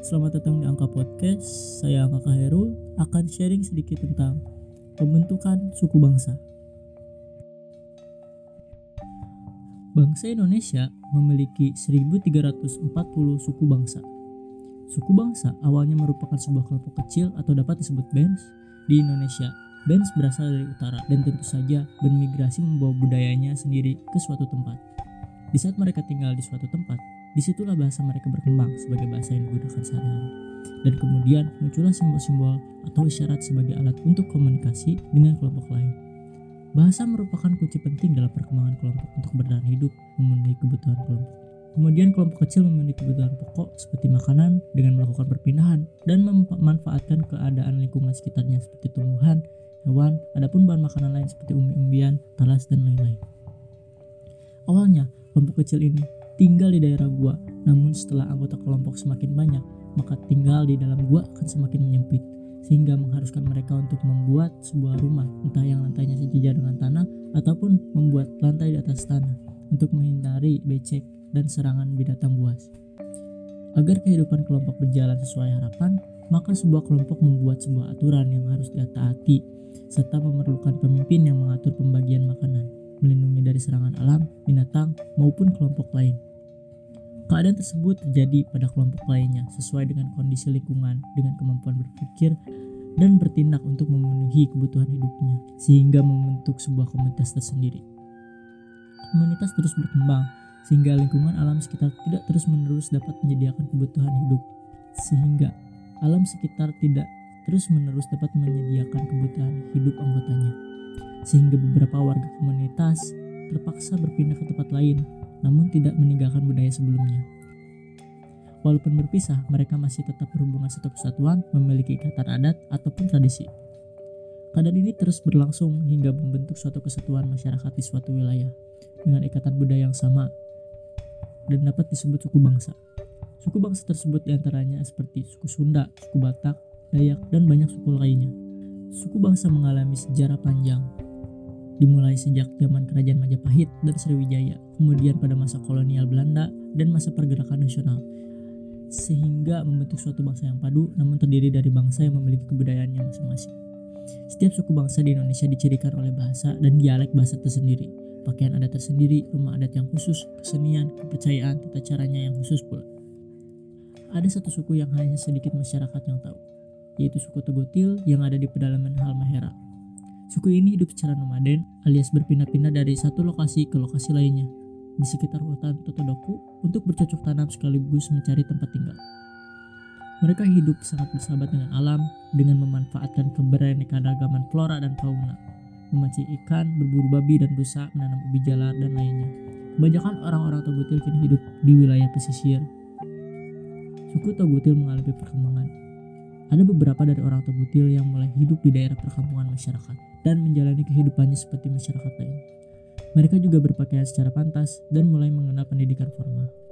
Selamat datang di Angka Podcast. Saya Angka Khairul akan sharing sedikit tentang pembentukan suku bangsa. Bangsa Indonesia memiliki 1340 suku bangsa. Suku bangsa awalnya merupakan sebuah kelompok kecil atau dapat disebut band di Indonesia. Band berasal dari utara dan tentu saja bermigrasi membawa budayanya sendiri ke suatu tempat. Di saat mereka tinggal di suatu tempat, disitulah bahasa mereka berkembang sebagai bahasa yang digunakan sehari-hari. Dan kemudian muncullah simbol-simbol atau isyarat sebagai alat untuk komunikasi dengan kelompok lain. Bahasa merupakan kunci penting dalam perkembangan kelompok untuk bertahan hidup, memenuhi kebutuhan kelompok. Kemudian kelompok kecil memenuhi kebutuhan pokok seperti makanan dengan melakukan perpindahan dan memanfaatkan keadaan lingkungan sekitarnya seperti tumbuhan, hewan, adapun bahan makanan lain seperti umbi-umbian, talas, dan lain-lain. Awalnya, kelompok kecil ini tinggal di daerah gua, namun setelah anggota kelompok semakin banyak, maka tinggal di dalam gua akan semakin menyempit, sehingga mengharuskan mereka untuk membuat sebuah rumah, entah yang lantainya sejajar dengan tanah, ataupun membuat lantai di atas tanah, untuk menghindari becek dan serangan binatang buas. Agar kehidupan kelompok berjalan sesuai harapan, maka sebuah kelompok membuat sebuah aturan yang harus ditaati, serta memerlukan pemimpin yang mengatur pembagian makanan, melindungi dari serangan alam, binatang, maupun kelompok lain. Keadaan tersebut terjadi pada kelompok lainnya sesuai dengan kondisi lingkungan dengan kemampuan berpikir dan bertindak untuk memenuhi kebutuhan hidupnya sehingga membentuk sebuah komunitas tersendiri. Komunitas terus berkembang sehingga lingkungan alam sekitar tidak terus-menerus dapat menyediakan kebutuhan hidup sehingga alam sekitar tidak terus-menerus dapat menyediakan kebutuhan hidup anggotanya sehingga beberapa warga komunitas terpaksa berpindah ke tempat lain namun tidak meninggalkan budaya sebelumnya. Walaupun berpisah, mereka masih tetap berhubungan satu kesatuan, memiliki ikatan adat ataupun tradisi. Keadaan ini terus berlangsung hingga membentuk suatu kesatuan masyarakat di suatu wilayah dengan ikatan budaya yang sama dan dapat disebut suku bangsa. Suku bangsa tersebut diantaranya seperti suku Sunda, suku Batak, Dayak, dan banyak suku lainnya. Suku bangsa mengalami sejarah panjang, dimulai sejak zaman kerajaan Majapahit dan Sriwijaya, kemudian pada masa kolonial Belanda dan masa pergerakan nasional, sehingga membentuk suatu bangsa yang padu namun terdiri dari bangsa yang memiliki kebudayaannya masing-masing. Setiap suku bangsa di Indonesia dicirikan oleh bahasa dan dialek bahasa tersendiri, pakaian adat tersendiri, rumah adat yang khusus, kesenian, kepercayaan, tata caranya yang khusus pula. Ada satu suku yang hanya sedikit masyarakat yang tahu, yaitu suku Tegotil yang ada di pedalaman Halmahera. Suku ini hidup secara nomaden alias berpindah-pindah dari satu lokasi ke lokasi lainnya di sekitar hutan Totodoku untuk bercocok tanam sekaligus mencari tempat tinggal. Mereka hidup sangat bersahabat dengan alam dengan memanfaatkan keberaneka-ragaman flora dan fauna, memancing ikan, berburu babi dan rusa, menanam ubi jalar dan lainnya. Kebanyakan orang-orang Togutil kini hidup di wilayah pesisir. Suku Togutil mengalami perkembangan. Ada beberapa dari orang Togutil yang mulai hidup di daerah perkampungan masyarakat dan menjalani kehidupannya seperti masyarakat lain. Mereka juga berpakaian secara pantas dan mulai mengenal pendidikan formal.